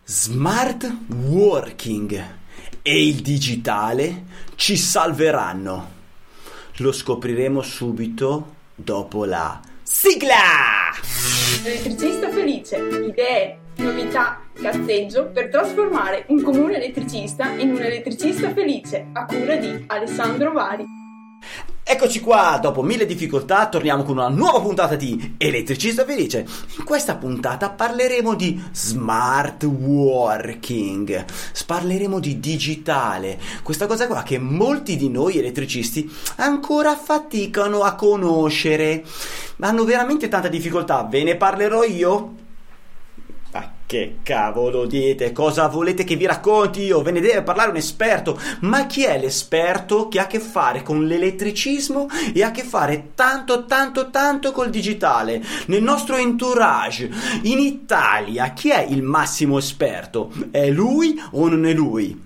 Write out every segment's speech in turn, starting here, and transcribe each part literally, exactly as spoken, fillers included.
Smart working e il digitale ci salveranno. Lo scopriremo subito dopo la sigla! Elettricista felice, idee, novità, cazzeggio per trasformare un comune elettricista in un elettricista felice, a cura di Alessandro Vari. Eccoci qua, dopo mille difficoltà torniamo con una nuova puntata di Elettricista Felice. In questa puntata parleremo di smart working, parleremo di digitale, questa cosa qua che molti di noi elettricisti ancora faticano a conoscere, hanno veramente tanta difficoltà. Ve ne parlerò io? Ma che cavolo dite? Cosa volete che vi racconti io? Ve ne deve parlare un esperto. Ma chi è l'esperto che ha a che fare con l'elettricismo e ha a che fare tanto tanto tanto col digitale? Nel nostro entourage, in Italia, chi è il massimo esperto? È lui o non è lui?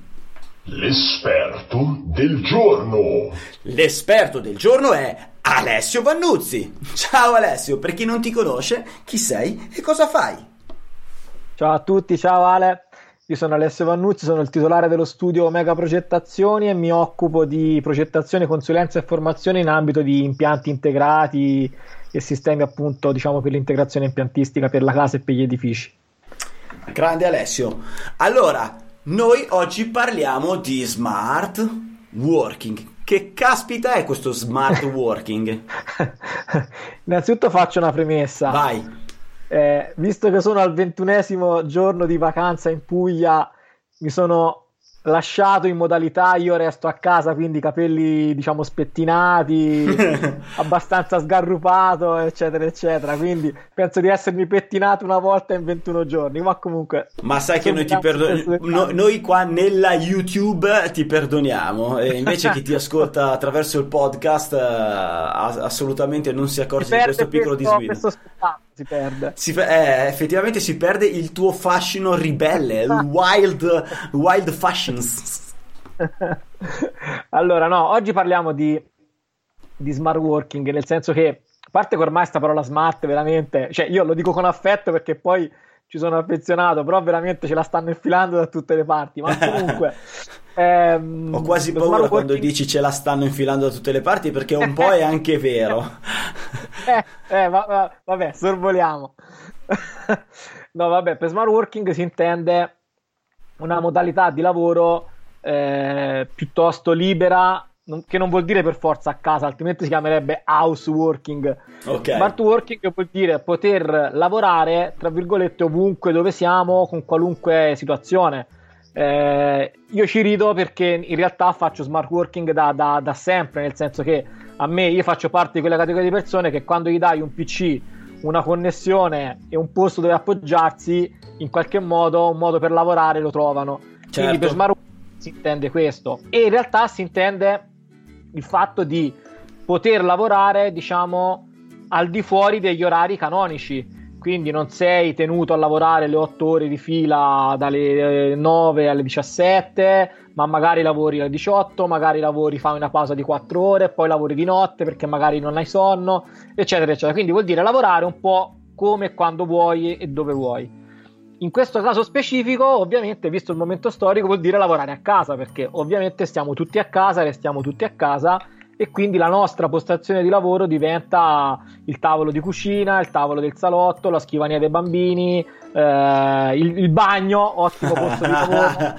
L'esperto del giorno. L'esperto del giorno è Alessio Vannuzzi. Ciao Alessio, per chi non ti conosce, chi sei e cosa fai? Ciao a tutti, ciao Ale, io sono Alessio Vannuzzi, sono il titolare dello studio Mega Progettazioni e mi occupo di progettazione, consulenza e formazione in ambito di impianti integrati e sistemi appunto diciamo per l'integrazione impiantistica per la casa e per gli edifici. Grande Alessio, allora noi oggi parliamo di smart working. Che caspita è questo smart working? Innanzitutto faccio una premessa. Vai. Eh, visto che sono al ventunesimo giorno di vacanza in Puglia, mi sono lasciato in modalità io resto a casa, quindi capelli diciamo spettinati, abbastanza sgarrupato, eccetera eccetera, quindi penso di essermi pettinato una volta in ventuno giorni, ma comunque ma sai che noi ti perdoniamo, no, noi qua nella YouTube ti perdoniamo, e invece chi ti ascolta attraverso il podcast uh, assolutamente non si accorge di questo piccolo disguido. Si perde. Si, eh, effettivamente si perde il tuo fascino ribelle, il wild, wild fashions. Allora, no, oggi parliamo di, di smart working, nel senso che, a parte che ormai sta parola smart veramente, cioè io lo dico con affetto perché poi ci sono affezionato, però veramente ce la stanno infilando da tutte le parti, ma comunque... ehm, Ho quasi paura quando working... dici ce la stanno infilando da tutte le parti, perché un po' è anche vero. eh, eh va, va, vabbè, sorvoliamo. No, vabbè, per smart working si intende una modalità di lavoro eh, piuttosto libera, non, che non vuol dire per forza a casa, altrimenti si chiamerebbe house working. Okay. Smart working vuol dire poter lavorare, tra virgolette, ovunque, dove siamo, con qualunque situazione. Eh, io ci rido perché in realtà faccio smart working da, da, da sempre, nel senso che a me, io faccio parte di quella categoria di persone che quando gli dai un P C, una connessione e un posto dove appoggiarsi, in qualche modo un modo per lavorare lo trovano. Certo. Quindi per smart working si intende questo, e in realtà si intende il fatto di poter lavorare diciamo al di fuori degli orari canonici. Quindi non sei tenuto a lavorare le otto ore di fila dalle nove alle diciassette, ma magari lavori alle diciotto, magari lavori, fai una pausa di quattro ore, poi lavori di notte perché magari non hai sonno, eccetera, eccetera. Quindi vuol dire lavorare un po' come e quando vuoi e dove vuoi. In questo caso specifico, ovviamente, visto il momento storico, vuol dire lavorare a casa, perché ovviamente stiamo tutti a casa, restiamo tutti a casa, e quindi la nostra postazione di lavoro diventa il tavolo di cucina, il tavolo del salotto, la scrivania dei bambini, eh, il, il bagno, ottimo posto di lavoro.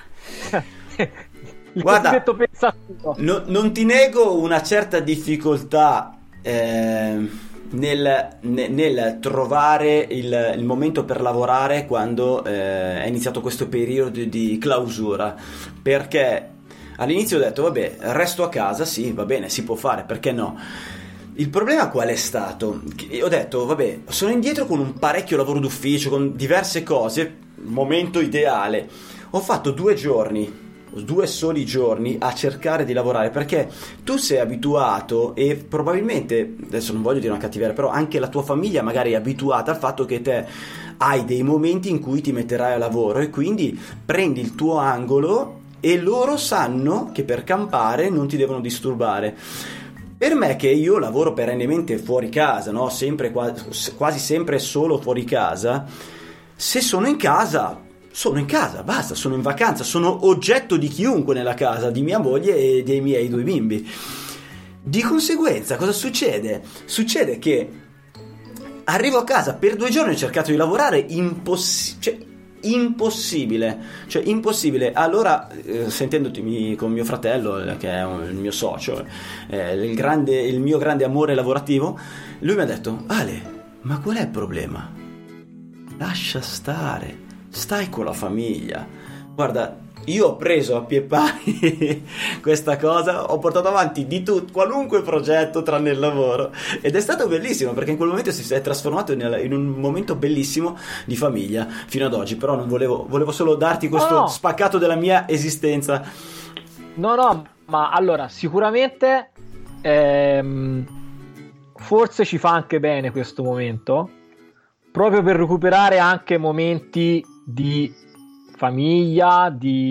Il Guarda, pensativo. No, non ti nego una certa difficoltà eh, nel, nel, nel trovare il, il momento per lavorare quando eh, è iniziato questo periodo di clausura, perché all'inizio ho detto vabbè, resto a casa, sì, va bene, si può fare, perché no? Il problema qual è stato? Ho detto vabbè, sono indietro con un parecchio lavoro d'ufficio, con diverse cose, momento ideale. Ho fatto due giorni, due soli giorni a cercare di lavorare, perché tu sei abituato, e probabilmente, adesso non voglio dire una cattiveria, però anche la tua famiglia magari è abituata al fatto che te hai dei momenti in cui ti metterai a lavoro, e quindi prendi il tuo angolo e loro sanno che per campare non ti devono disturbare. Per me, che io lavoro perennemente fuori casa, no? Sempre, quasi, quasi sempre solo fuori casa, se sono in casa sono in casa, basta, sono in vacanza, sono oggetto di chiunque nella casa, di mia moglie e dei miei due bimbi. Di conseguenza cosa succede? Succede che arrivo a casa, per due giorni ho cercato di lavorare, impossibile, cioè, impossibile, cioè impossibile. Allora, eh, sentendoti con mio fratello, eh, che è un, il mio socio, eh, il, grande, il mio grande amore lavorativo, lui mi ha detto: Ale, ma qual è il problema? Lascia stare, stai con la famiglia. Guarda, io ho preso a pie pari questa cosa, ho portato avanti di tutto, qualunque progetto tranne il lavoro, ed è stato bellissimo perché in quel momento si è trasformato in, in un momento bellissimo di famiglia fino ad oggi. Però non volevo, volevo solo darti questo no, no. spaccato della mia esistenza. No, no, ma allora sicuramente ehm, forse ci fa anche bene questo momento, proprio per recuperare anche momenti di famiglia,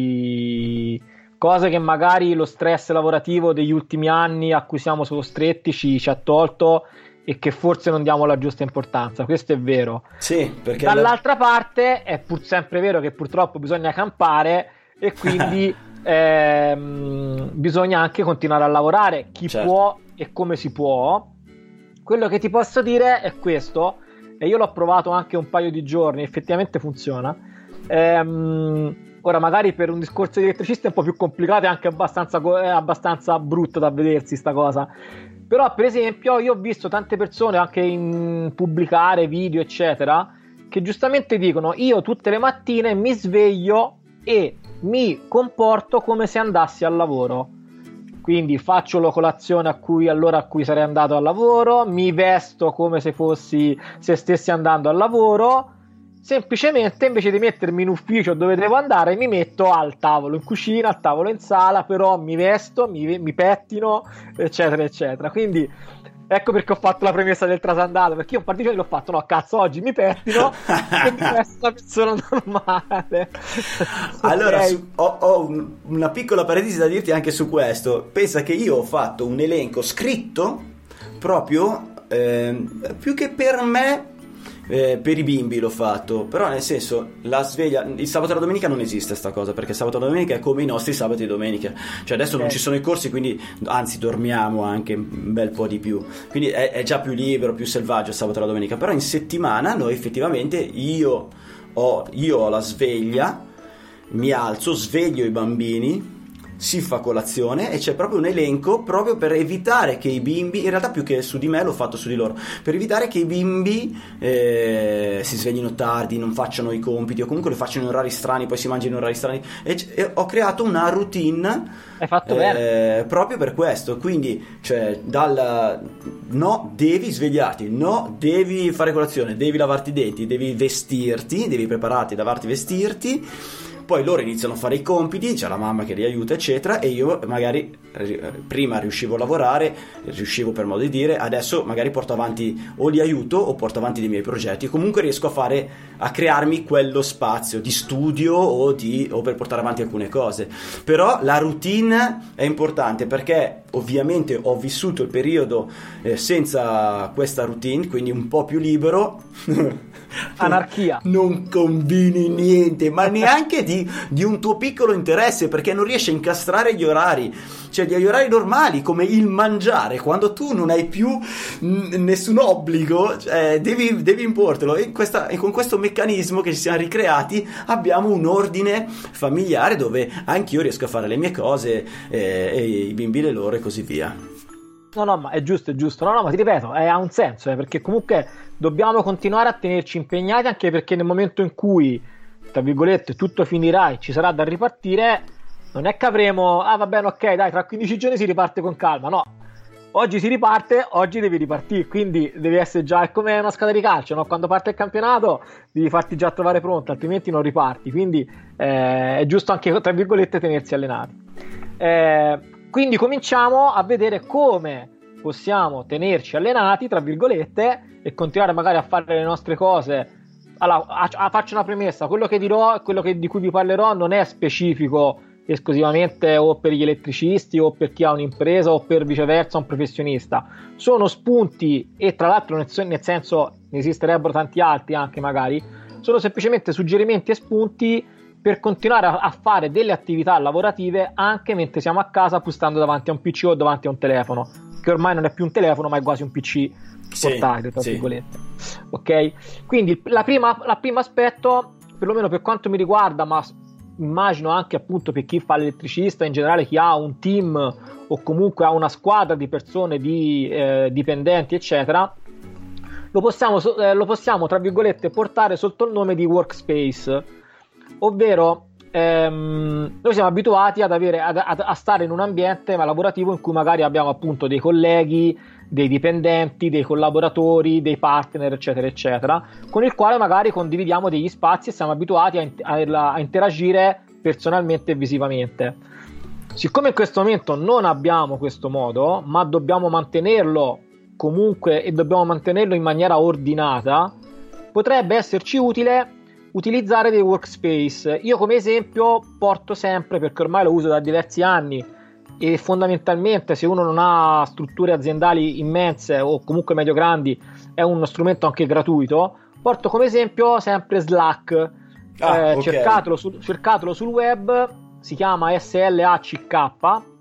di cose che magari lo stress lavorativo degli ultimi anni a cui siamo costretti ci, ci ha tolto e che forse non diamo la giusta importanza. Questo è vero. Sì, perché dall'altra la... parte è pur sempre vero che purtroppo bisogna campare e quindi ehm, bisogna anche continuare a lavorare, chi certo. può e come si può. Quello che ti posso dire è questo, e io l'ho provato anche un paio di giorni, effettivamente funziona. Ehm, ora magari per un discorso di elettricista è un po' più complicato e anche abbastanza, è abbastanza brutto da vedersi sta cosa, però per esempio io ho visto tante persone anche in pubblicare video eccetera che giustamente dicono: io tutte le mattine mi sveglio e mi comporto come se andassi al lavoro, quindi faccio la colazione a cui all'ora a cui sarei andato al lavoro, mi vesto come se fossi se stessi andando al lavoro. Semplicemente invece di mettermi in ufficio dove devo andare, mi metto al tavolo in cucina, al tavolo in sala, però mi vesto, mi, mi pettino, eccetera eccetera. Quindi ecco perché ho fatto la premessa del trasandato, perché io un par di giorni l'ho fatto: no, cazzo, oggi mi pettino e mi vesto una persona normale. Allora, Okay. su, ho, ho un, una piccola parentesi da dirti anche su questo. Pensa che io ho fatto un elenco scritto proprio eh, più che per me, Eh, per i bimbi l'ho fatto, però nel senso, la sveglia, il sabato e la domenica non esiste sta cosa, perché sabato e la domenica è come i nostri sabati e domenica, cioè adesso okay. non ci sono i corsi, quindi anzi dormiamo anche un bel po' di più, quindi è, è già più libero, più selvaggio il sabato e la domenica. Però in settimana noi effettivamente io ho, io ho la sveglia, mi alzo, sveglio i bambini, si fa colazione e c'è proprio un elenco proprio per evitare che i bimbi, in realtà più che su di me l'ho fatto su di loro, per evitare che i bimbi eh, si sveglino tardi, non facciano i compiti o comunque lo facciano in orari strani, poi si mangiano in orari strani, e, e ho creato una routine. Hai fatto eh, bene. proprio per questo. Quindi cioè dal no devi svegliarti, no devi fare colazione, devi lavarti i denti, devi vestirti, devi prepararti, lavarti, vestirti. Poi loro iniziano a fare i compiti, c'è la mamma che li aiuta eccetera, e io magari prima riuscivo a lavorare, riuscivo per modo di dire, adesso magari porto avanti o li aiuto o porto avanti dei miei progetti, comunque riesco a fare, a crearmi quello spazio di studio o, di, o per portare avanti alcune cose. Però la routine è importante perché ovviamente ho vissuto il periodo eh, senza questa routine, quindi un po' più libero. Anarchia. Non combini niente, ma neanche di, di un tuo piccolo interesse, perché non riesci a incastrare gli orari, cioè gli orari normali come il mangiare, quando tu non hai più n- nessun obbligo, cioè devi, devi importelo, e, questa, e con questo meccanismo che ci siamo ricreati abbiamo un ordine familiare dove anch'io riesco a fare le mie cose eh, e i bimbi le loro e così via. No, no, ma è giusto, è giusto. No, no, ma ti ripeto, è, ha un senso, eh, perché comunque dobbiamo continuare a tenerci impegnati, anche perché nel momento in cui, tra virgolette, tutto finirà e ci sarà da ripartire, non è che avremo, ah va bene, ok, dai, tra quindici giorni si riparte con calma. No, oggi si riparte, oggi devi ripartire, quindi devi essere già, è come una squadra di calcio, no? Quando parte il campionato devi farti già trovare pronto, altrimenti non riparti. Quindi eh, è giusto anche, tra virgolette, tenersi allenati. Eh, Quindi cominciamo a vedere come possiamo tenerci allenati, tra virgolette, e continuare magari a fare le nostre cose. Allora, a, a, faccio una premessa: quello che dirò, quello che, di cui vi parlerò, non è specifico esclusivamente o per gli elettricisti o per chi ha un'impresa o per viceversa un professionista. Sono spunti, e tra l'altro nel, nel senso ne esisterebbero tanti altri anche magari, sono semplicemente suggerimenti e spunti per continuare a, a fare delle attività lavorative anche mentre siamo a casa, stando davanti a un P C o davanti a un telefono, che ormai non è più un telefono ma è quasi un P C portatile, tra sì, virgolette. Sì. Ok, quindi la prima, la primo aspetto, perlomeno per quanto mi riguarda, ma immagino anche appunto per chi fa l'elettricista, in generale chi ha un team o comunque ha una squadra di persone, di eh, dipendenti eccetera, lo possiamo, eh, lo possiamo tra virgolette portare sotto il nome di workspace, ovvero ehm, noi siamo abituati ad avere, ad, ad, a stare in un ambiente lavorativo in cui magari abbiamo appunto dei colleghi, dei dipendenti, dei collaboratori, dei partner eccetera eccetera, con il quale magari condividiamo degli spazi e siamo abituati a, a, a interagire personalmente e visivamente. Siccome in questo momento non abbiamo questo modo, ma dobbiamo mantenerlo comunque e dobbiamo mantenerlo in maniera ordinata, potrebbe esserci utile utilizzare dei workspace. Io come esempio porto sempre, perché ormai lo uso da diversi anni e fondamentalmente se uno non ha strutture aziendali immense o comunque medio grandi è uno strumento anche gratuito, porto come esempio sempre Slack. ah, eh, okay. cercatelo, su, cercatelo sul web, si chiama S L A C K.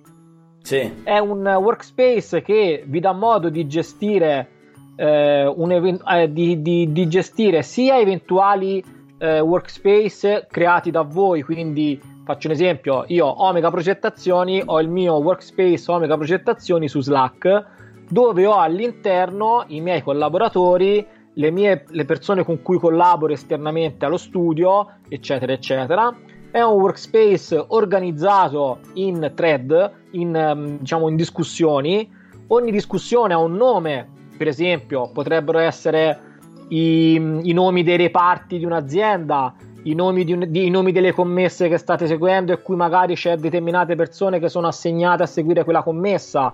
Sì. È un workspace che vi dà modo di gestire eh, un event- eh, di, di, di gestire sia eventuali eh, workspace creati da voi. Quindi faccio un esempio: io Omega Progettazioni, ho il mio workspace Omega Progettazioni su Slack, dove ho all'interno i miei collaboratori, le mie le persone con cui collaboro esternamente allo studio eccetera eccetera. È un workspace organizzato in thread, in, diciamo, in discussioni. Ogni discussione ha un nome, per esempio potrebbero essere i, i nomi dei reparti di un'azienda, i nomi, di un, di, i nomi delle commesse che state seguendo e cui magari c'è determinate persone che sono assegnate a seguire quella commessa.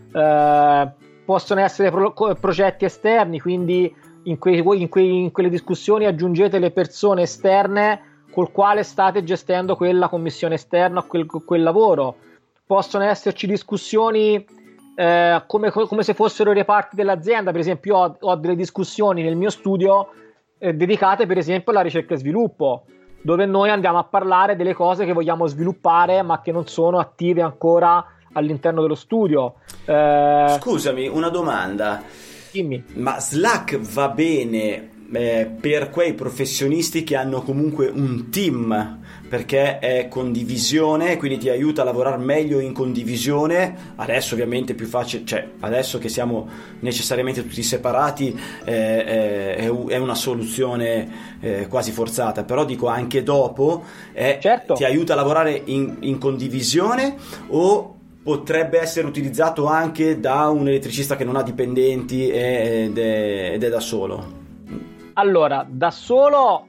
Eh, possono essere pro, progetti esterni, quindi in, quei, in, quei, in quelle discussioni aggiungete le persone esterne col quale state gestendo quella commissione esterna, quel, quel lavoro. Possono esserci discussioni eh, come, come se fossero i reparti dell'azienda. Per esempio io ho, ho delle discussioni nel mio studio eh, dedicate per esempio alla ricerca e sviluppo, dove noi andiamo a parlare delle cose che vogliamo sviluppare ma che non sono attive ancora all'interno dello studio. Eh, Scusami, una domanda. Dimmi. Ma Slack va bene Eh, per quei professionisti che hanno comunque un team, perché è condivisione, quindi ti aiuta a lavorare meglio in condivisione? Adesso ovviamente è più facile, cioè adesso che siamo necessariamente tutti separati eh, è, è una soluzione eh, quasi forzata, però dico anche dopo eh, certo. Ti aiuta a lavorare in, in condivisione, o potrebbe essere utilizzato anche da un elettricista che non ha dipendenti ed è, ed è da solo? Allora, da solo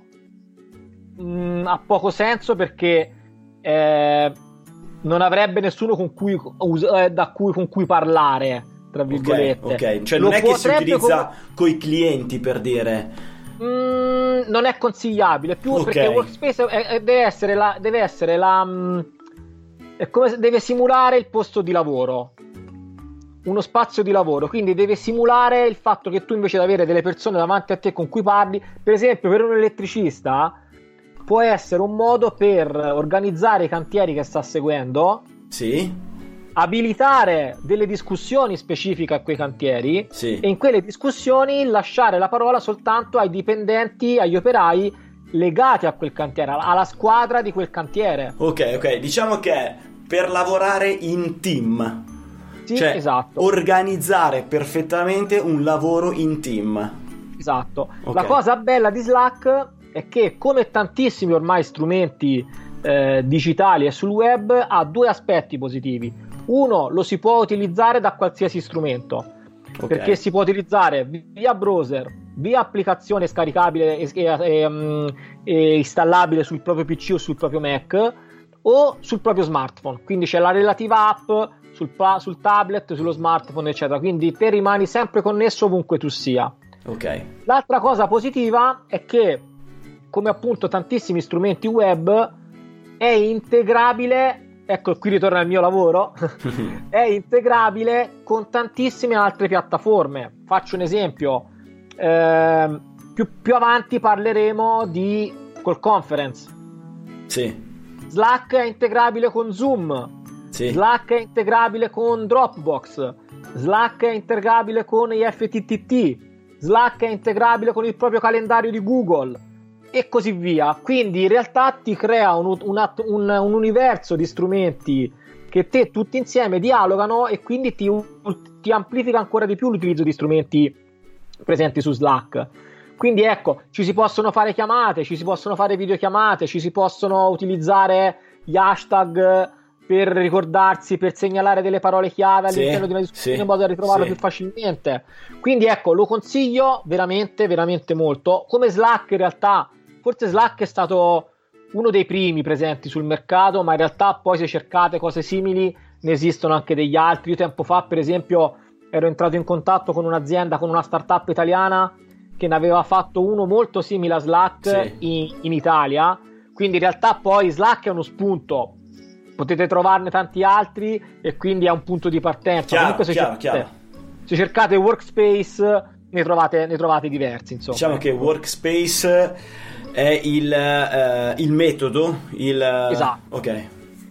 mh, ha poco senso, perché eh, non avrebbe nessuno con cui, eh, da cui, con cui parlare, tra virgolette. Ok, okay. Cioè Lo non è che si utilizza com- coi clienti, per dire. Mm, non è consigliabile più, okay. Perché workspace è, è, deve essere la, deve essere la mh, è come se deve simulare il posto di lavoro, uno spazio di lavoro, quindi deve simulare il fatto che tu invece di avere delle persone davanti a te con cui parli, per esempio per un elettricista può essere un modo per organizzare i cantieri che sta seguendo, sì, abilitare delle discussioni specifiche a quei cantieri, sì, e in quelle discussioni lasciare la parola soltanto ai dipendenti, agli operai legati a quel cantiere, alla squadra di quel cantiere. Ok, ok, diciamo che per lavorare in team. Sì, cioè, esatto. organizzare perfettamente un lavoro in team. Esatto. Okay. La cosa bella di Slack è che, come tantissimi ormai strumenti eh, digitali e sul web, ha due aspetti positivi. Uno, lo si può utilizzare da qualsiasi strumento, okay, perché si può utilizzare via browser, via applicazione scaricabile e, e, e, e installabile sul proprio P C o sul proprio Mac o sul proprio smartphone. Quindi c'è la relativa app sul, sul tablet, sullo smartphone eccetera, quindi te rimani sempre connesso ovunque tu sia. Ok. L'altra cosa positiva è che, come appunto tantissimi strumenti web, è integrabile, ecco qui ritorna il mio lavoro, è integrabile con tantissime altre piattaforme. Faccio un esempio, eh, più, più avanti parleremo di call conference. Sì. Slack è integrabile con Zoom. Sì. Slack è integrabile con Dropbox. Slack è integrabile con i F T T T. Slack è integrabile con il proprio calendario di Google e così via. Quindi in realtà ti crea un, un, un, un universo di strumenti che te tutti insieme dialogano, e quindi ti, ti amplifica ancora di più l'utilizzo di strumenti presenti su Slack. Quindi ecco, ci si possono fare chiamate, ci si possono fare videochiamate, ci si possono utilizzare gli hashtag per ricordarsi, per segnalare delle parole chiave all'interno sì, di una discussione, sì, in modo da ritrovarlo sì. più facilmente. Quindi ecco, lo consiglio veramente, veramente molto. Come Slack, in realtà, forse Slack è stato uno dei primi presenti sul mercato, ma in realtà poi se cercate cose simili ne esistono anche degli altri. Io tempo fa, per esempio, ero entrato in contatto con un'azienda, con una startup italiana che ne aveva fatto uno molto simile a Slack sì. in, in Italia. Quindi in realtà poi Slack è uno spunto, potete trovarne tanti altri e quindi è un punto di partenza. Chiaro, Comunque se, chiaro, cercate, chiaro. se cercate Workspace ne trovate, ne trovate diversi, insomma. Diciamo che Workspace è il, uh, il metodo, il... Esatto. Ok.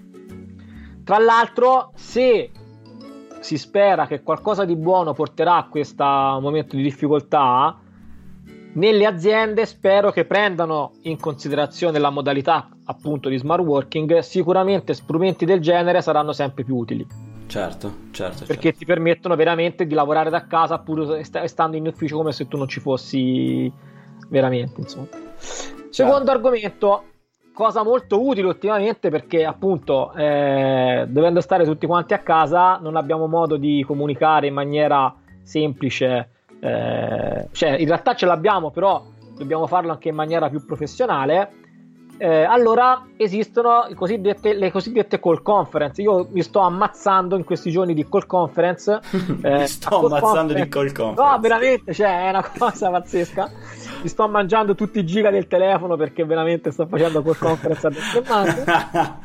Tra l'altro, se si spera che qualcosa di buono porterà a questo momento di difficoltà, nelle aziende spero che prendano in considerazione la modalità appunto di smart working. Sicuramente strumenti del genere saranno sempre più utili. Certo, certo. Perché certo. ti permettono veramente di lavorare da casa pur stando in ufficio, come se tu non ci fossi veramente, insomma. Certo. Secondo argomento, cosa molto utile ultimamente, perché appunto eh, dovendo stare tutti quanti a casa non abbiamo modo di comunicare in maniera semplice. Eh, cioè in realtà ce l'abbiamo, però dobbiamo farlo anche in maniera più professionale. Eh, allora esistono i cosiddette, le cosiddette call conference. Io mi sto ammazzando in questi giorni di call conference. Eh, mi sto ammazzando conference. di call conference. No, veramente, cioè è una cosa pazzesca. Mi sto mangiando tutti i giga del telefono perché veramente sto facendo call conference a destra e manca.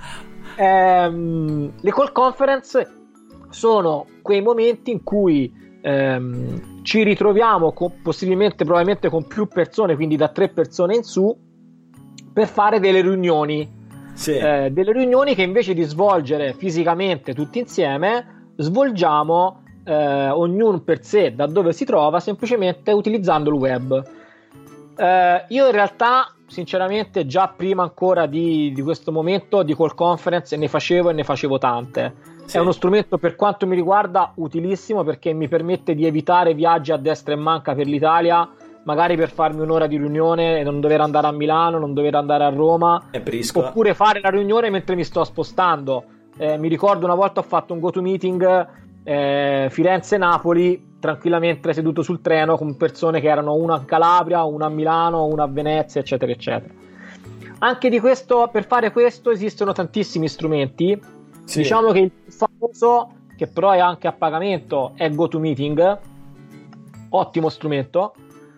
Eh, le call conference sono quei momenti in cui ehm, ci ritroviamo con, possibilmente probabilmente con più persone, quindi da tre persone in su, per fare delle riunioni. Sì. Eh, delle riunioni che invece di svolgere fisicamente tutti insieme svolgiamo eh, ognuno per sé da dove si trova, semplicemente utilizzando il web. Eh, io in realtà sinceramente già prima ancora di, di questo momento di call conference ne facevo e ne facevo tante. Sì. È uno strumento, per quanto mi riguarda, utilissimo, perché mi permette di evitare viaggi a destra e manca per l'Italia, magari per farmi un'ora di riunione e non dover andare a Milano, non dover andare a Roma, oppure fare la riunione mentre mi sto spostando. Eh, mi ricordo una volta ho fatto un GoToMeeting eh, Firenze-Napoli, tranquillamente seduto sul treno con persone che erano una a Calabria, una a Milano, una a Venezia, eccetera eccetera. Anche di questo, per fare questo esistono tantissimi strumenti. Sì. Diciamo che il più famoso, che però è anche a pagamento, è GoToMeeting, ottimo strumento.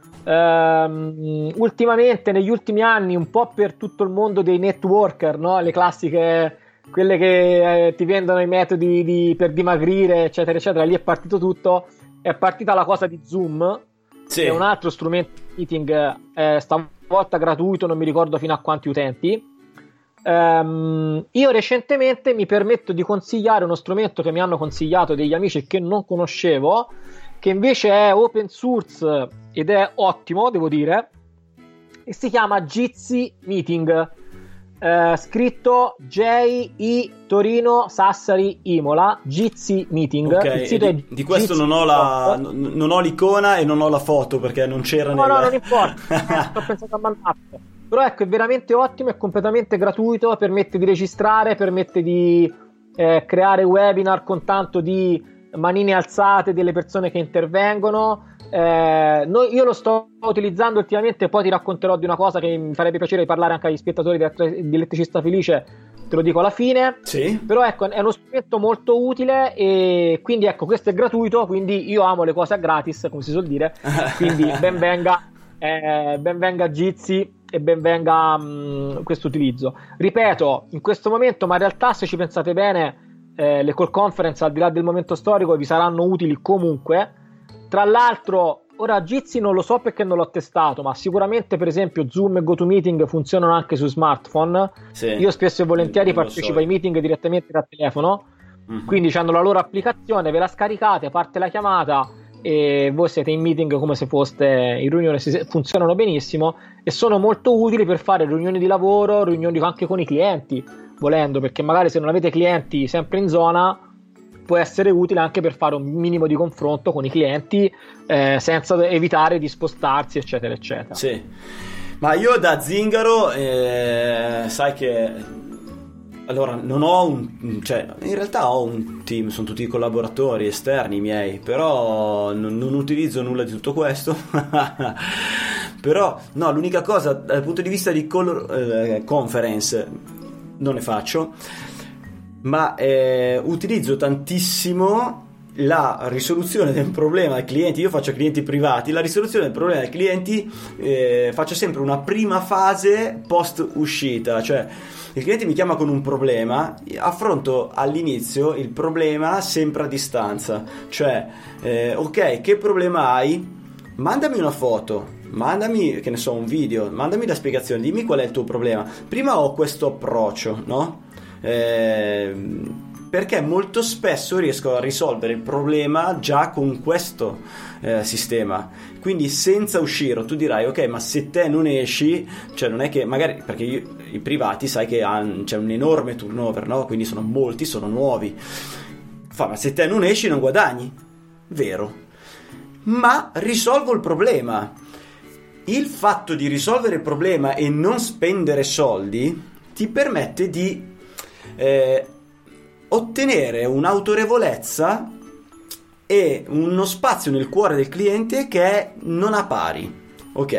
Um, ultimamente, negli ultimi anni, un po' per tutto il mondo dei networker, no? Le classiche, quelle che eh, ti vendono i metodi di, per dimagrire, eccetera eccetera, lì è partito tutto. È partita la cosa di Zoom, sì. Che è un altro strumento di meeting, eh, stavolta gratuito, non mi ricordo fino a quanti utenti. Um, io recentemente mi permetto di consigliare uno strumento che mi hanno consigliato degli amici che non conoscevo, che invece è open source ed è ottimo, devo dire, e si chiama Jitsi Meeting, eh, scritto J I Torino Sassari Imola, Jitsi Meeting. Okay, il sito di, è di questo non ho, la, n- non ho l'icona e non ho la foto perché non c'era. No, nel... no, non importa, sto pensando a mandarlo. Però ecco, è veramente ottimo, è completamente gratuito, permette di registrare, permette di eh, creare webinar con tanto di manine alzate delle persone che intervengono. Eh, noi, io lo sto utilizzando ultimamente, poi ti racconterò di una cosa che mi farebbe piacere parlare anche agli spettatori di Elettricista Felice, te lo dico alla fine. Sì. Però ecco, è uno strumento molto utile, e quindi ecco, questo è gratuito, quindi io amo le cose a gratis, come si suol dire, quindi ben venga, eh, ben venga Jitsi e ben venga mh, questo utilizzo. Ripeto, in questo momento, ma in realtà se ci pensate bene, eh, le call conference, al di là del momento storico, vi saranno utili comunque. Tra l'altro ora Jitsi non lo so perché non l'ho testato, ma sicuramente per esempio Zoom e GoToMeeting funzionano anche su smartphone. Sì, io spesso e volentieri partecipo so. ai meeting direttamente dal telefono, mm-hmm. quindi hanno la loro applicazione, ve la scaricate, parte la chiamata e voi siete in meeting come se foste in riunione, funzionano benissimo e sono molto utili per fare riunioni di lavoro, riunioni anche con i clienti, volendo, perché magari se non avete clienti sempre in zona può essere utile anche per fare un minimo di confronto con i clienti eh, senza evitare di spostarsi eccetera eccetera. Sì, ma io da Zingaro eh, sai che allora non ho un, cioè in realtà ho un team, sono tutti collaboratori esterni miei, però non, non utilizzo nulla di tutto questo. Però no, l'unica cosa dal punto di vista di call, eh, conference non ne faccio, ma eh, utilizzo tantissimo la risoluzione del problema ai clienti. Io faccio clienti privati, la risoluzione del problema ai clienti eh, faccio sempre una prima fase post uscita, cioè il cliente mi chiama con un problema, affronto all'inizio il problema sempre a distanza, cioè eh, ok, che problema hai? Mandami una foto, mandami, che ne so, un video, mandami la spiegazione, dimmi qual è il tuo problema. Prima ho questo approccio, no? Eh, perché molto spesso riesco a risolvere il problema già con questo eh, sistema, quindi senza uscire. Tu dirai ok, ma se te non esci, cioè non è che magari, perché io, i privati sai che han, c'è un enorme turnover, no? Quindi sono molti, sono nuovi. Fa, ma se te non esci non guadagni, vero, ma risolvo il problema. Il fatto di risolvere il problema e non spendere soldi ti permette di eh, ottenere un'autorevolezza e uno spazio nel cuore del cliente che è non a pari, ok?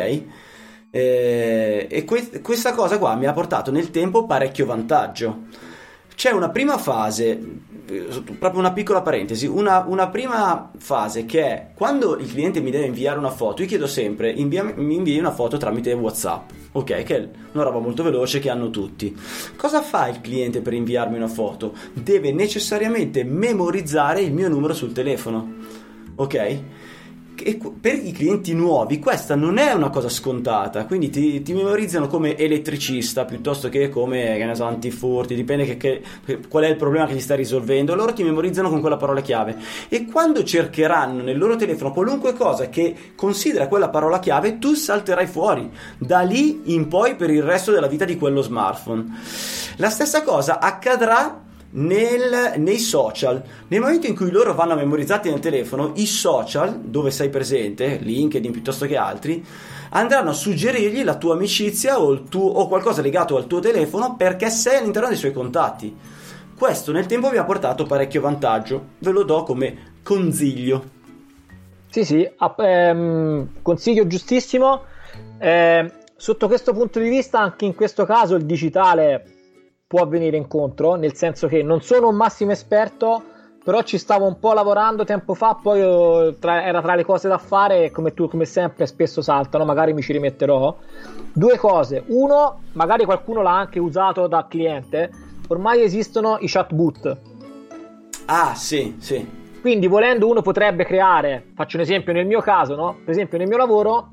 Eh, e que- questa cosa qua mi ha portato nel tempo parecchio vantaggio. C'è una prima fase, proprio una piccola parentesi, una, una prima fase che è quando il cliente mi deve inviare una foto. Io chiedo sempre invia, mi invii una foto tramite WhatsApp, ok, che è una roba molto veloce che hanno tutti. Cosa fa il cliente per inviarmi una foto? Deve necessariamente memorizzare il mio numero sul telefono, ok? E per i clienti nuovi questa non è una cosa scontata, quindi ti, ti memorizzano come elettricista piuttosto che come, che ne so, antifurti, dipende che, che, qual è il problema che gli stai risolvendo. Loro ti memorizzano con quella parola chiave e quando cercheranno nel loro telefono qualunque cosa che considera quella parola chiave, tu salterai fuori da lì in poi per il resto della vita di quello smartphone. La stessa cosa accadrà Nel, nei social. Nel momento in cui loro vanno memorizzati nel telefono, i social dove sei presente, LinkedIn piuttosto che altri, andranno a suggerirgli la tua amicizia o, il tuo, o qualcosa legato al tuo telefono perché sei all'interno dei suoi contatti. Questo nel tempo mi ha portato parecchio vantaggio, ve lo do come consiglio. Sì sì, ehm, consiglio giustissimo. Eh, sotto questo punto di vista anche in questo caso il digitale può venire incontro, nel senso che non sono un massimo esperto, però ci stavo un po' lavorando tempo fa, poi tra, era tra le cose da fare, come tu come sempre spesso saltano, magari mi ci rimetterò. Due cose: uno, magari qualcuno l'ha anche usato da cliente, ormai esistono i chatbot. Ah sì, sì. Quindi volendo uno potrebbe creare, faccio un esempio nel mio caso, no? Per esempio nel mio lavoro,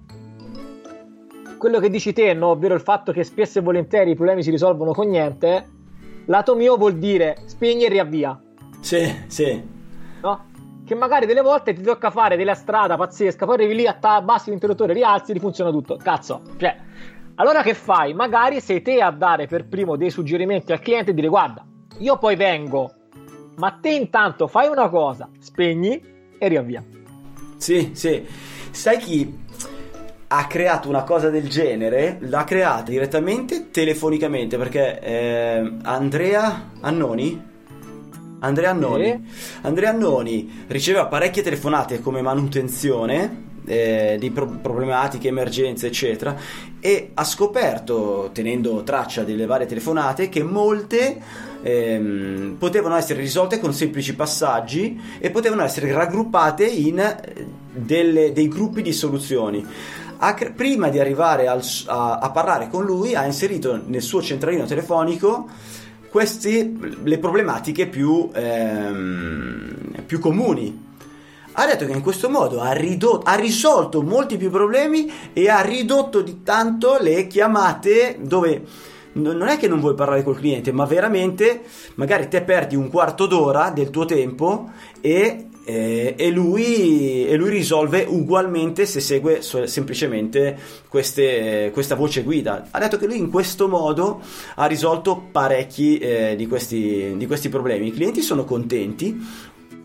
quello che dici te, no? Ovvero il fatto che spesso e volentieri i problemi si risolvono con niente, lato mio vuol dire spegni e riavvia. Sì, sì. No? Che magari delle volte ti tocca fare della strada pazzesca, poi arrivi lì, abbassi l'interruttore, rialzi, rifunziona tutto. Cazzo, cioè, allora che fai? Magari sei te a dare per primo dei suggerimenti al cliente e dire guarda, io poi vengo, ma te intanto fai una cosa, spegni e riavvia. Sì, sì. Sai chi ha creato una cosa del genere? L'ha creata direttamente telefonicamente, perché eh, Andrea Annoni Andrea Annoni sì. Andrea Annoni riceveva parecchie telefonate come manutenzione eh, di pro- problematiche, emergenze eccetera, e ha scoperto, tenendo traccia delle varie telefonate, che molte ehm, potevano essere risolte con semplici passaggi e potevano essere raggruppate in delle, dei gruppi di soluzioni. Prima di arrivare al, a, a parlare con lui, ha inserito nel suo centralino telefonico queste le problematiche più, ehm, più comuni. ha detto che in questo modo ha, ridotto, ha risolto molti più problemi e ha ridotto di tanto le chiamate dove non è che non vuoi parlare col cliente, ma veramente magari te perdi un quarto d'ora del tuo tempo e, eh, e, lui, e lui risolve ugualmente se segue so, semplicemente queste, eh, questa voce guida. Ha detto che lui in questo modo ha risolto parecchi eh, di, questi, di questi problemi. I clienti sono contenti.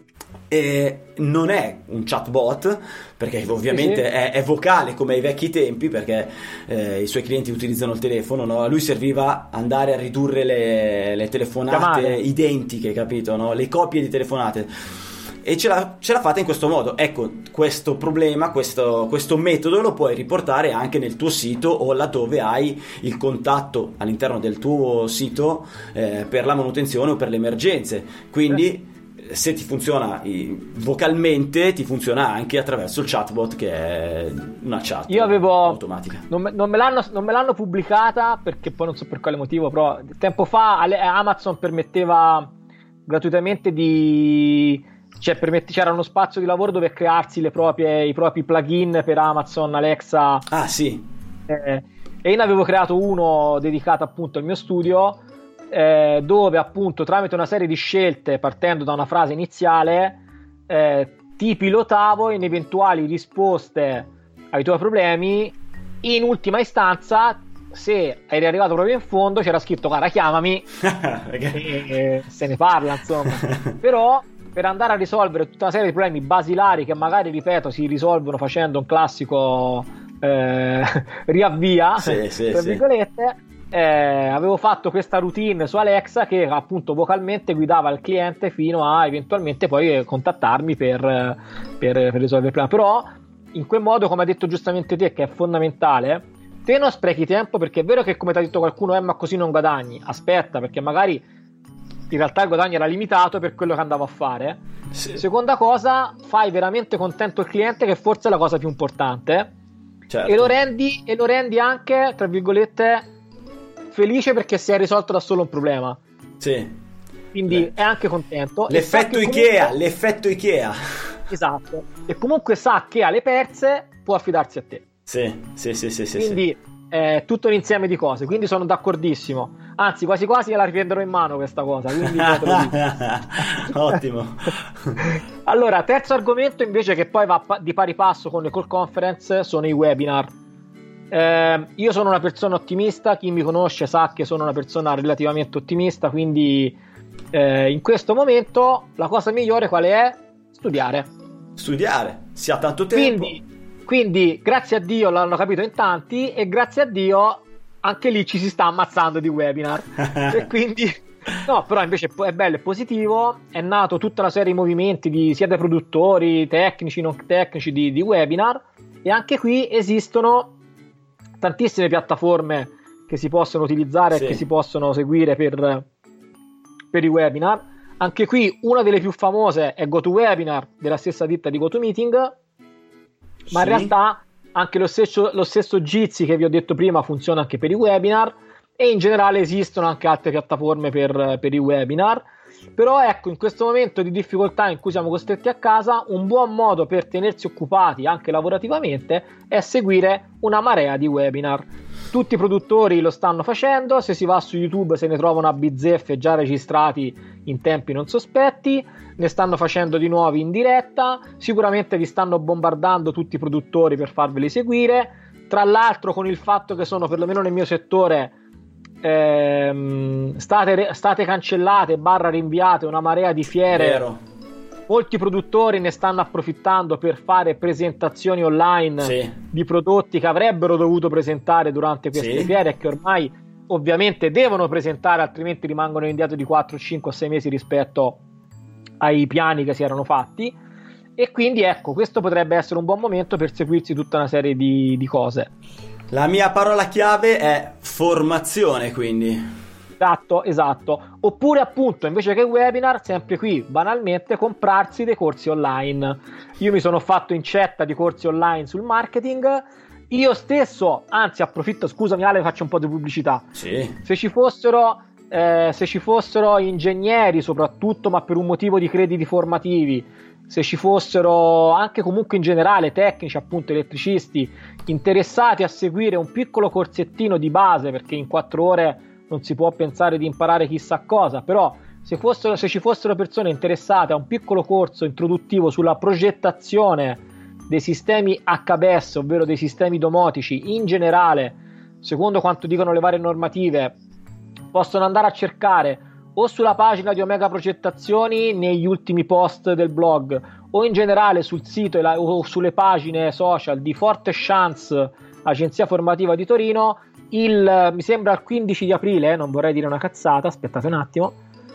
E non è un chatbot, perché ovviamente sì, sì. È, è vocale come ai vecchi tempi, perché eh, i suoi clienti utilizzano il telefono, no? A lui serviva andare a ridurre le, le telefonate Chiamare. identiche, capito? No? Le copie di telefonate, e ce l'ha, ce l'ha fatta in questo modo. Ecco, questo problema, questo, questo metodo lo puoi riportare anche nel tuo sito o laddove hai il contatto all'interno del tuo sito eh, per la manutenzione o per le emergenze. Quindi eh. se ti funziona vocalmente, ti funziona anche attraverso il chatbot, che è una chat Io avevo, automatica. Non me, non, me l'hanno, non me l'hanno pubblicata perché poi non so per quale motivo, però tempo fa Amazon permetteva gratuitamente di... Cioè, permette, c'era uno spazio di lavoro dove crearsi le proprie, i propri plugin per Amazon Alexa. Ah sì. Eh, e io ne avevo creato uno dedicato appunto al mio studio, Eh, dove appunto tramite una serie di scelte, partendo da una frase iniziale, eh, ti pilotavo in eventuali risposte ai tuoi problemi. In ultima istanza, se eri arrivato proprio in fondo, c'era scritto cara chiamami e, e se ne parla, insomma. Però per andare a risolvere tutta una serie di problemi basilari che magari, ripeto, si risolvono facendo un classico eh, riavvia, sì, sì, tra sì. virgolette, Eh, avevo fatto questa routine su Alexa che appunto vocalmente guidava il cliente fino a eventualmente poi contattarmi per, per, per risolvere il problema. Però in quel modo, come hai detto giustamente te, che è fondamentale, te non sprechi tempo, perché è vero che, come ti ha detto qualcuno, eh, ma così non guadagni. Aspetta, perché magari in realtà il guadagno era limitato per quello che andavo a fare. Sì. Seconda cosa, fai veramente contento il cliente, che forse è la cosa più importante. Certo. E lo rendi, e lo rendi anche, tra virgolette, felice perché si è risolto da solo un problema. Sì. Quindi Beh. è anche contento. L'effetto Ikea, comunque... l'effetto Ikea. Esatto. E comunque sa che alle perse può affidarsi a te. Sì, sì, sì, sì, sì. Quindi è tutto un insieme di cose. Quindi sono d'accordissimo. Anzi, quasi quasi la riprenderò in mano questa cosa. Quindi ottimo. Allora, terzo argomento invece, che poi va di pari passo con le call conference, sono i webinar. Eh, io sono una persona ottimista, chi mi conosce sa che sono una persona relativamente ottimista, quindi eh, in questo momento la cosa migliore qual è? Studiare. Studiare, si ha tanto tempo. Quindi, quindi grazie a Dio l'hanno capito in tanti, e grazie a Dio anche lì ci si sta ammazzando di webinar. E quindi no, però invece è bello, è positivo, è nato tutta una serie di movimenti di, sia dai produttori, tecnici, non tecnici, di, di webinar, e anche qui esistono tantissime piattaforme che si possono utilizzare, sì, e che si possono seguire per, per i webinar. Anche qui una delle più famose è GoToWebinar, della stessa ditta di GoToMeeting, ma sì, in realtà anche lo stesso, lo stesso Jitsi che vi ho detto prima funziona anche per i webinar, e in generale esistono anche altre piattaforme per, per i webinar. Però ecco, in questo momento di difficoltà in cui siamo costretti a casa, un buon modo per tenersi occupati anche lavorativamente è seguire una marea di webinar. Tutti i produttori lo stanno facendo, se si va su YouTube se ne trovano a bizzeffe già registrati in tempi non sospetti, ne stanno facendo di nuovi in diretta, sicuramente vi stanno bombardando tutti i produttori per farveli seguire. Tra l'altro, con il fatto che sono, perlomeno nel mio settore, ehm, state, state cancellate barra rinviate una marea di fiere, vero, molti produttori ne stanno approfittando per fare presentazioni online, sì, di prodotti che avrebbero dovuto presentare durante queste, sì, fiere, e che ormai ovviamente devono presentare, altrimenti rimangono indietro di quattro, cinque o sei mesi rispetto ai piani che si erano fatti. E quindi ecco, questo potrebbe essere un buon momento per seguirsi tutta una serie di, di cose. La mia parola chiave è formazione, quindi. Esatto, esatto. Oppure appunto, invece che webinar, sempre qui banalmente comprarsi dei corsi online. Io mi sono fatto incetta di corsi online sul marketing. Io stesso, anzi approfitto, scusami Ale, faccio un po' di pubblicità. Sì. Se ci fossero eh, se ci fossero ingegneri soprattutto, ma per un motivo di crediti formativi, se ci fossero anche comunque in generale tecnici, appunto elettricisti, interessati a seguire un piccolo corsettino di base, perché in quattro ore non si può pensare di imparare chissà cosa, però se, fossero, se ci fossero persone interessate a un piccolo corso introduttivo sulla progettazione dei sistemi H B S, ovvero dei sistemi domotici in generale, secondo quanto dicono le varie normative, possono andare a cercare o sulla pagina di Omega Progettazioni negli ultimi post del blog, o in generale sul sito o sulle pagine social di Forte Chance, agenzia formativa di Torino, il, mi sembra il quindici di aprile, non vorrei dire una cazzata, aspettate un attimo,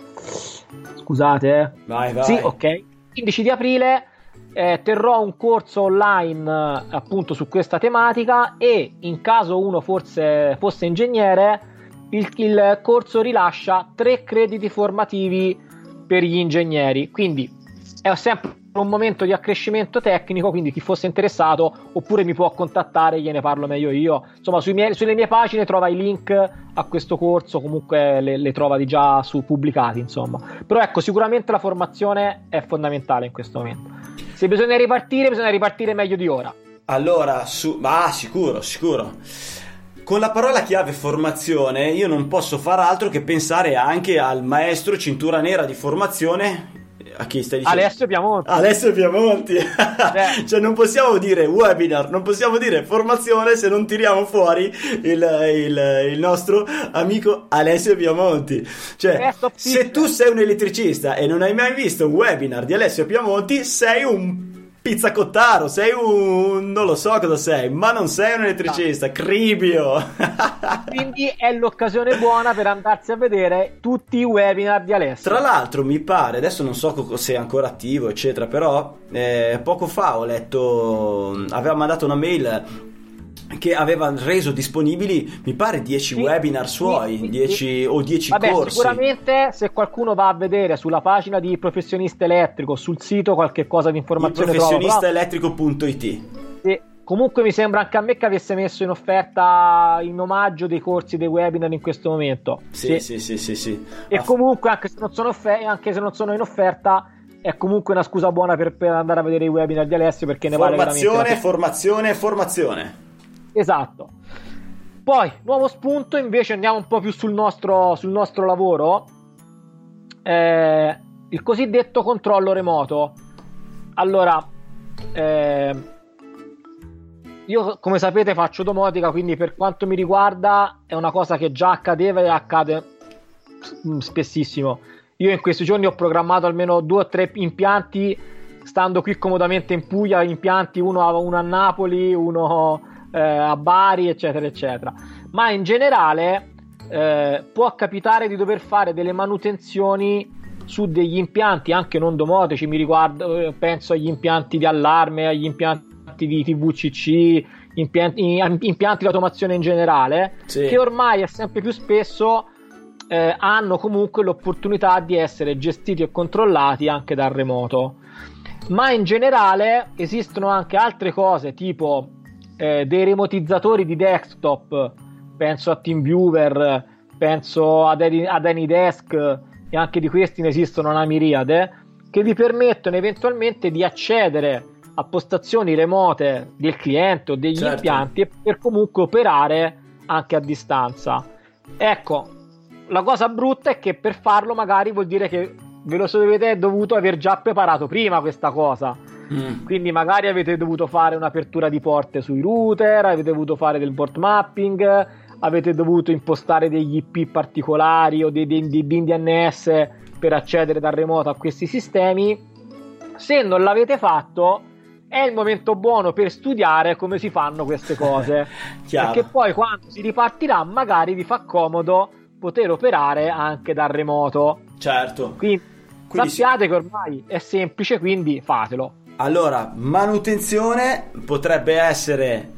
scusate, eh. vai vai sì, ok, quindici di aprile eh, terrò un corso online eh, appunto su questa tematica, e in caso uno forse fosse ingegnere, il, il corso rilascia tre crediti formativi per gli ingegneri, quindi è sempre un momento di accrescimento tecnico, quindi chi fosse interessato oppure mi può contattare, gliene parlo meglio io, insomma sui miei, sulle mie pagine trova i link a questo corso, comunque le, le trova di già su pubblicati, insomma. Però ecco, sicuramente la formazione è fondamentale in questo momento, se bisogna ripartire bisogna ripartire meglio di ora. Allora su ah sicuro sicuro con la parola chiave formazione io non posso far altro che pensare anche al maestro cintura nera di formazione. A chi stai dicendo? Alessio Piamonti. Alessio Piamonti. Eh. Cioè non possiamo dire webinar, non possiamo dire formazione se non tiriamo fuori il, il, il nostro amico Alessio Piamonti. Cioè se tu sei un elettricista e non hai mai visto un webinar di Alessio Piamonti, sei un pizzacottaro, sei un... non lo so cosa sei, ma non sei un elettricista, no. Cribio. Quindi è l'occasione buona per andarsi a vedere tutti i webinar di Alessio. Tra l'altro mi pare, adesso non so se è ancora attivo eccetera, però eh, poco fa ho letto, aveva mandato una mail che aveva reso disponibili, mi pare, dieci sì, webinar suoi, sì, dieci sì. o dieci Vabbè, corsi. Sicuramente se qualcuno va a vedere sulla pagina di Professionista Elettrico, sul sito, qualche cosa di informazione, professionista elettrico punto it. Sì. Comunque mi sembra anche a me che avesse messo in offerta in omaggio dei corsi, dei webinar in questo momento. Sì, sì, sì, sì, sì. E ah, comunque anche se non sono offer- anche se non sono in offerta, è comunque una scusa buona per, per andare a vedere i webinar di Alessio, perché ne vale veramente la pena. Formazione, formazione, formazione. Esatto. Poi, nuovo spunto, invece andiamo un po' più sul nostro, sul nostro lavoro, eh, il cosiddetto controllo remoto. Allora, eh, io come sapete faccio domotica, quindi per quanto mi riguarda è una cosa che già accadeva e accade spessissimo. Io in questi giorni ho programmato almeno due o tre impianti, stando qui comodamente in Puglia, impianti uno a, uno a Napoli, uno eh, a Bari, eccetera eccetera. Ma in generale eh, può capitare di dover fare delle manutenzioni su degli impianti anche non domotici. Mi riguardo, penso agli impianti di allarme, agli impianti di T V C C, impianti, impianti di automazione in generale, sì, che ormai è sempre più spesso eh, hanno comunque l'opportunità di essere gestiti e controllati anche dal remoto. Ma in generale esistono anche altre cose, tipo eh, dei remotizzatori di desktop, penso a TeamViewer, penso ad, ad AnyDesk, e anche di questi ne esistono una miriade, che vi permettono eventualmente di accedere a postazioni remote del cliente o degli certo. impianti, e per comunque operare anche a distanza. Ecco, la cosa brutta è che per farlo magari vuol dire che ve lo avete dovuto aver già preparato prima questa cosa, mm. quindi magari avete dovuto fare un'apertura di porte sui router, avete dovuto fare del port mapping, avete dovuto impostare degli I P particolari o dei, dei, dei bin D N S per accedere dal remoto a questi sistemi. Se non l'avete fatto, è il momento buono per studiare come si fanno queste cose, perché poi quando si ripartirà magari vi fa comodo poter operare anche dal remoto. Certo. Quindi, quindi sappiate sì. che ormai è semplice, quindi fatelo. Allora, manutenzione potrebbe essere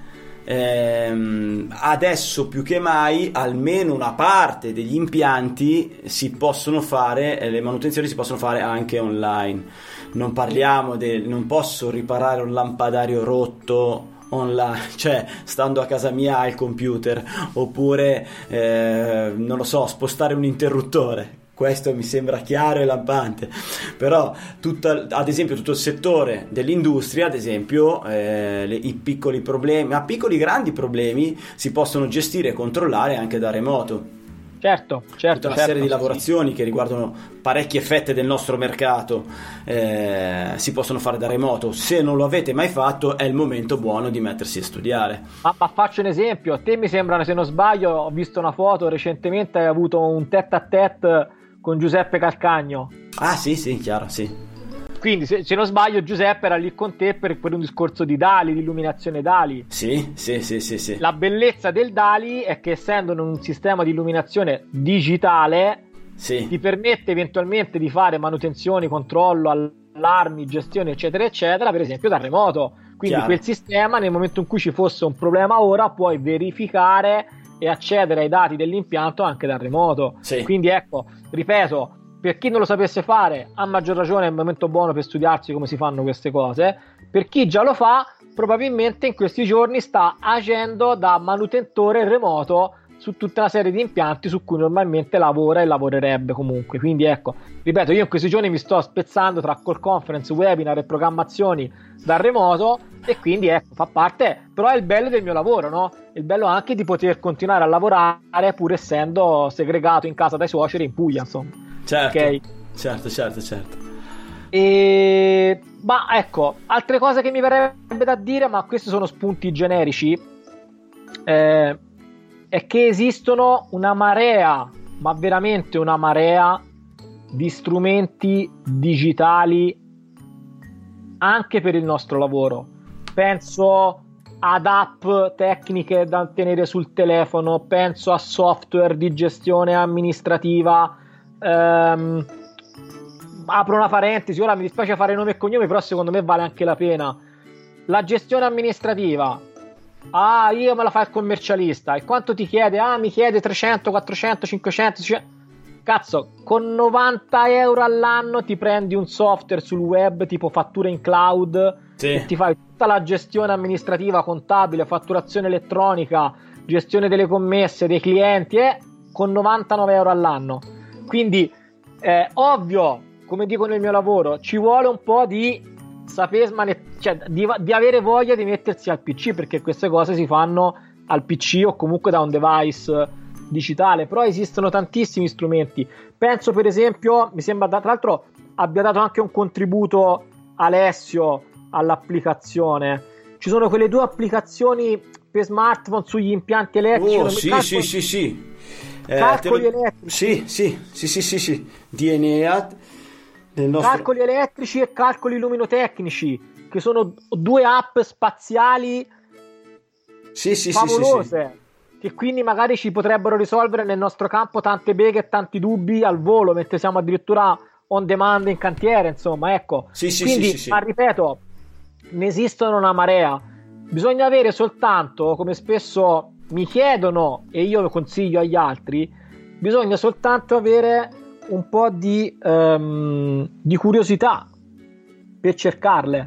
ehm, adesso più che mai, almeno una parte degli impianti si possono fare, le manutenzioni si possono fare anche online. Non parliamo del non posso riparare un lampadario rotto online, cioè stando a casa mia al computer, oppure eh, non lo so, spostare un interruttore. Questo mi sembra chiaro e lampante, però tutta, ad esempio tutto il settore dell'industria, ad esempio eh, le, i piccoli problemi, ma piccoli grandi problemi si possono gestire e controllare anche da remoto. Certo, certo. Tutta una certo, serie di sì, lavorazioni sì. che riguardano parecchie fette del nostro mercato eh, si possono fare da remoto. Se non lo avete mai fatto, è il momento buono di mettersi a studiare. Ma, ma faccio un esempio, a te mi sembra, se non sbaglio, ho visto una foto recentemente, hai avuto un tête a tête con Giuseppe Calcagno. Ah sì, sì, chiaro, sì. Quindi se, se non sbaglio Giuseppe era lì con te per, per un discorso di DALI, di illuminazione DALI. Sì, sì, sì, sì, sì. La bellezza del DALI è che, essendo un sistema di illuminazione digitale, sì, ti permette eventualmente di fare manutenzioni, controllo, allarmi, gestione, eccetera, eccetera, per esempio da remoto. Quindi chiaro. Quel sistema, nel momento in cui ci fosse un problema ora, puoi verificare e accedere ai dati dell'impianto anche da remoto. Sì. Quindi ecco, ripeto, per chi non lo sapesse fare, a maggior ragione è il momento buono per studiarsi come si fanno queste cose. Per chi già lo fa, probabilmente in questi giorni sta agendo da manutentore remoto su tutta una serie di impianti su cui normalmente lavora e lavorerebbe comunque. Quindi ecco, ripeto, io in questi giorni mi sto spezzando tra call conference, webinar e programmazioni da remoto, e quindi ecco, fa parte, però è il bello del mio lavoro, no? Il bello anche di poter continuare a lavorare pur essendo segregato in casa dai suoceri in Puglia, insomma. Certo, Okay. certo, certo, certo. E ma ecco, altre cose che mi verrebbe da dire, ma questi sono spunti generici, eh, è che esistono una marea, ma veramente una marea di strumenti digitali anche per il nostro lavoro. Penso ad app tecniche da tenere sul telefono, penso a software di gestione amministrativa. Um, apro una parentesi, ora mi dispiace fare nome e cognome, però secondo me vale anche la pena. La gestione amministrativa, ah, io me la fa il commercialista, e quanto ti chiede? Ah, mi chiede trecento, quattrocento, cinquecento, seicento. Cazzo, con novanta euro all'anno ti prendi un software sul web tipo fatture in cloud, sì, e ti fai tutta la gestione amministrativa, contabile, fatturazione elettronica, gestione delle commesse, dei clienti, eh, con novantanove euro all'anno. Quindi, eh, ovvio, come dico nel mio lavoro, ci vuole un po' di saper smane- cioè di, di avere voglia di mettersi al P C, perché queste cose si fanno al P C o comunque da un device digitale, però esistono tantissimi strumenti. Penso per esempio, mi sembra tra l'altro abbia dato anche un contributo Alessio all'applicazione. Ci sono quelle due applicazioni per smartphone sugli impianti elettrici. Oh, sì, calcolo... sì, sì, sì. Eh, calcoli lo... elettrici. Sì, sì, sì, sì, sì, sì. D N A del nostro... Calcoli elettrici e calcoli luminotecnici, che sono due app spaziali sì, sì, favolose, sì, sì, sì. che quindi magari ci potrebbero risolvere nel nostro campo tante beghe e tanti dubbi al volo, mentre siamo addirittura on demand in cantiere, insomma, ecco. Sì, sì, quindi, sì, sì, sì. ma ripeto, ne esistono una marea. Bisogna avere soltanto, come spesso mi chiedono e io lo consiglio agli altri, bisogna soltanto avere un po' di, um, di curiosità per cercarle.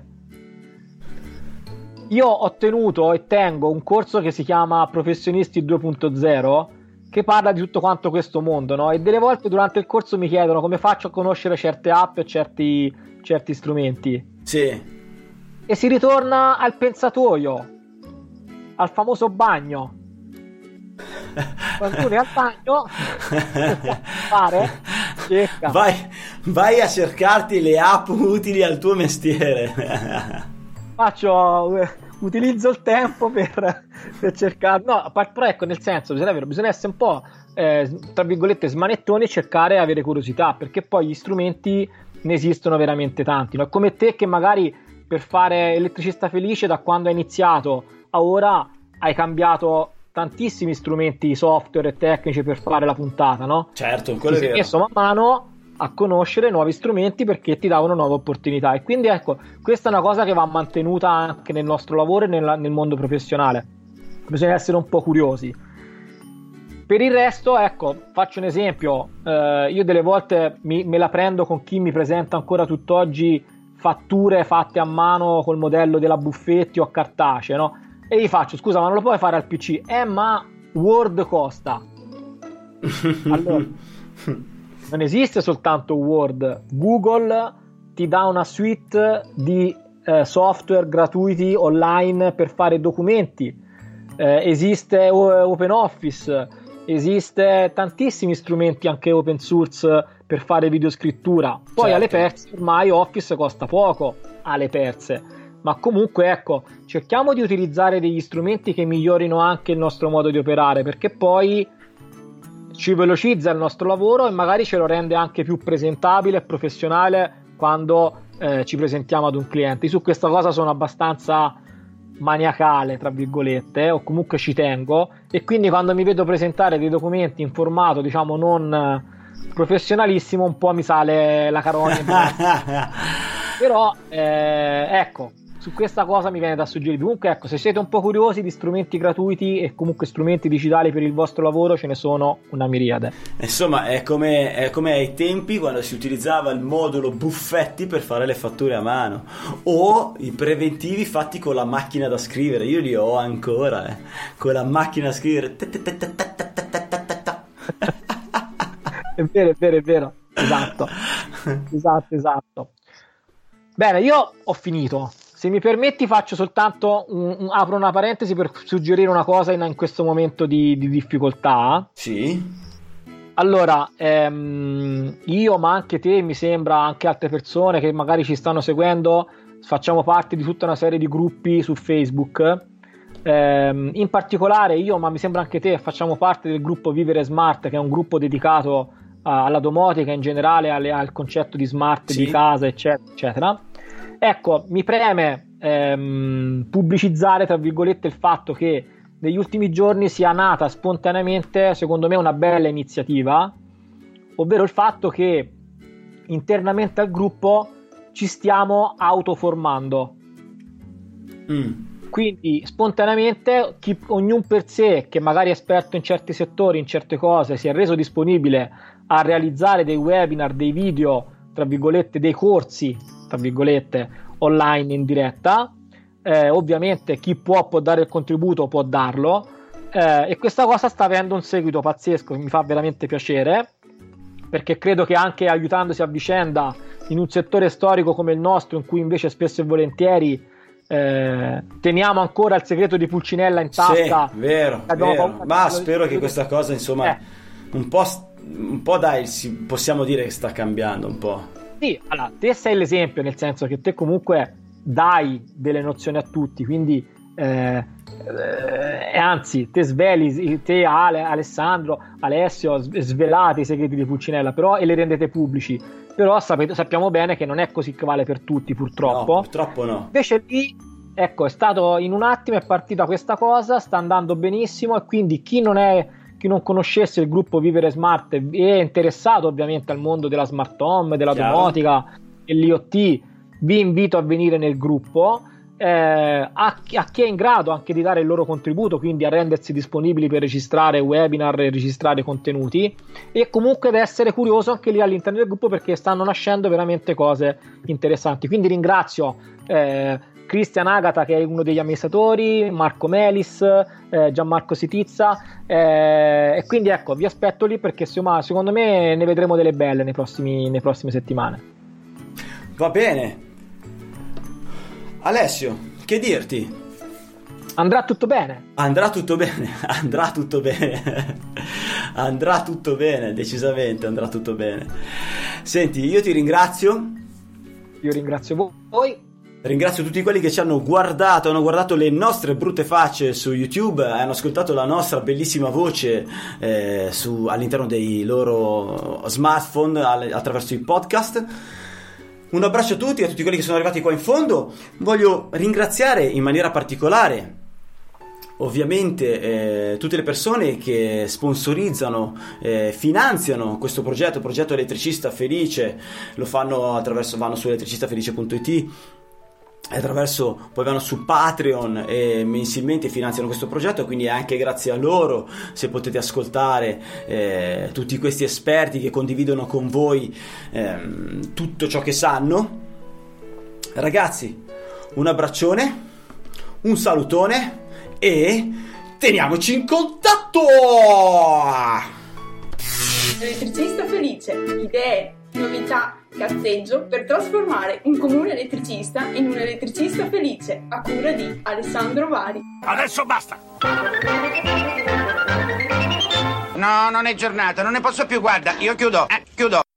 Io ho tenuto e tengo un corso che si chiama Professionisti due punto zero, che parla di tutto quanto questo mondo, no? E delle volte durante il corso mi chiedono come faccio a conoscere certe app e certi, certi strumenti. Sì. E si ritorna al pensatoio, al famoso bagno. Quando tu vai al bagno, fare, cerca. Vai, vai a cercarti le app utili al tuo mestiere. Faccio, utilizzo il tempo per, per cercare. No, però ecco, nel senso, bisogna, bisogna essere un po', eh, tra virgolette, smanettoni e cercare e avere curiosità, perché poi gli strumenti ne esistono veramente tanti. No? È come te che magari per fare elettricista felice, da quando hai iniziato a ora, hai cambiato tantissimi strumenti software e tecnici per fare la puntata, no? Certo, quello ti è vero. Ti sei messo man mano a conoscere nuovi strumenti perché ti davano nuove opportunità, e quindi ecco, questa è una cosa che va mantenuta anche nel nostro lavoro e nel, nel mondo professionale. Bisogna essere un po' curiosi. Per il resto, ecco, faccio un esempio, eh, io delle volte mi, me la prendo con chi mi presenta ancora tutt'oggi fatture fatte a mano col modello della Buffetti o a cartaceo, no? E gli faccio: scusa, ma non lo puoi fare al P C? Eh, ma Word costa. Allora, non esiste soltanto Word. Google ti dà una suite di eh, software gratuiti online per fare documenti. Eh, esiste OpenOffice, esiste tantissimi strumenti anche open source per fare videoscrittura. Poi certo. alle perse ormai Office costa poco, alle perse, ma comunque ecco, cerchiamo di utilizzare degli strumenti che migliorino anche il nostro modo di operare, perché poi ci velocizza il nostro lavoro e magari ce lo rende anche più presentabile e professionale quando eh, ci presentiamo ad un cliente. Io su questa cosa sono abbastanza maniacale, tra virgolette, o comunque ci tengo, e quindi quando mi vedo presentare dei documenti in formato diciamo non professionalissimo un po' mi sale la carogna. Però eh, ecco, su questa cosa mi viene da suggerire. Comunque ecco, se siete un po' curiosi di strumenti gratuiti e comunque strumenti digitali per il vostro lavoro, ce ne sono una miriade. Insomma è come, è come ai tempi quando si utilizzava il modulo Buffetti per fare le fatture a mano, o i preventivi fatti con la macchina da scrivere. Io li ho ancora eh. con la macchina da scrivere. È vero, è vero, è vero, esatto, esatto, esatto. Bene, io ho finito. Se mi permetti faccio soltanto un, un, apro una parentesi per suggerire una cosa in, in questo momento di, di difficoltà. Sì. Allora, ehm, io ma anche te, mi sembra anche altre persone che magari ci stanno seguendo, facciamo parte di tutta una serie di gruppi su Facebook. Ehm, in particolare io, ma mi sembra anche te, facciamo parte del gruppo Vivere Smart, che è un gruppo dedicato a, alla domotica in generale, alle, al concetto di smart sì. di casa, eccetera, eccetera. Ecco, mi preme ehm, pubblicizzare, tra virgolette, il fatto che negli ultimi giorni sia nata spontaneamente, secondo me, una bella iniziativa, ovvero il fatto che internamente al gruppo ci stiamo autoformando. Mm. Quindi spontaneamente chi, ognuno per sé, che magari è esperto in certi settori, in certe cose, si è reso disponibile a realizzare dei webinar, dei video, tra virgolette, dei corsi, tra virgolette, online in diretta. Eh, ovviamente chi può può dare il contributo, può darlo, eh, e questa cosa sta avendo un seguito pazzesco, mi fa veramente piacere, perché credo che anche aiutandosi a vicenda in un settore storico come il nostro, in cui invece spesso e volentieri eh, teniamo ancora il segreto di Pulcinella in tasca, sì, vero, vero. Ma spero che questa cosa insomma eh. un po' un po' dai, possiamo dire che sta cambiando un po'. Sì, allora, te sei l'esempio, nel senso che te comunque dai delle nozioni a tutti, quindi eh, eh, anzi te sveli, te Ale, Alessandro, Alessio svelate i segreti di Pulcinella, però, e li rendete pubblici, però sapete, sappiamo bene che non è così che vale per tutti, purtroppo. No, purtroppo no. Invece lì, ecco, è stato in un attimo, è partita questa cosa, sta andando benissimo, e quindi chi non è chi non conoscesse il gruppo Vivere Smart e è interessato ovviamente al mondo della smart home, della Chiaro. domotica e l'I O T, vi invito a venire nel gruppo. Eh, a, a chi è in grado anche di dare il loro contributo, quindi a rendersi disponibili per registrare webinar e registrare contenuti, e comunque ad essere curioso anche lì all'interno del gruppo, perché stanno nascendo veramente cose interessanti. Quindi ringrazio eh, Cristian Agata, che è uno degli amministratori, Marco Melis, eh, Gianmarco Sitizza, eh, e quindi ecco, vi aspetto lì, perché insomma, secondo me ne vedremo delle belle nei prossimi, nelle prossime settimane. Va bene. Alessio, che dirti? Andrà tutto bene. Andrà tutto bene, andrà tutto bene. Andrà tutto bene, decisamente andrà tutto bene. Senti, io ti ringrazio. Io ringrazio voi. Ringrazio tutti quelli che ci hanno guardato, hanno guardato le nostre brutte facce su YouTube, hanno ascoltato la nostra bellissima voce eh, su, all'interno dei loro smartphone attraverso i podcast. Un abbraccio a tutti, a tutti quelli che sono arrivati qua in fondo. Voglio ringraziare in maniera particolare ovviamente eh, tutte le persone che sponsorizzano, eh, finanziano questo progetto, progetto Elettricista Felice. Lo fanno attraverso, vanno su elettricistafelice punto it, attraverso, poi vanno su Patreon e mensilmente finanziano questo progetto, quindi è anche grazie a loro se potete ascoltare eh, tutti questi esperti che condividono con voi eh, tutto ciò che sanno. Ragazzi, un abbraccione, un salutone e teniamoci in contatto! Elettricista felice, idee, novità, cazzeggio per trasformare un comune elettricista in un elettricista felice, a cura di Alessandro Vari. Adesso basta! No, non è giornata, non ne posso più, guarda, io chiudo, eh, chiudo.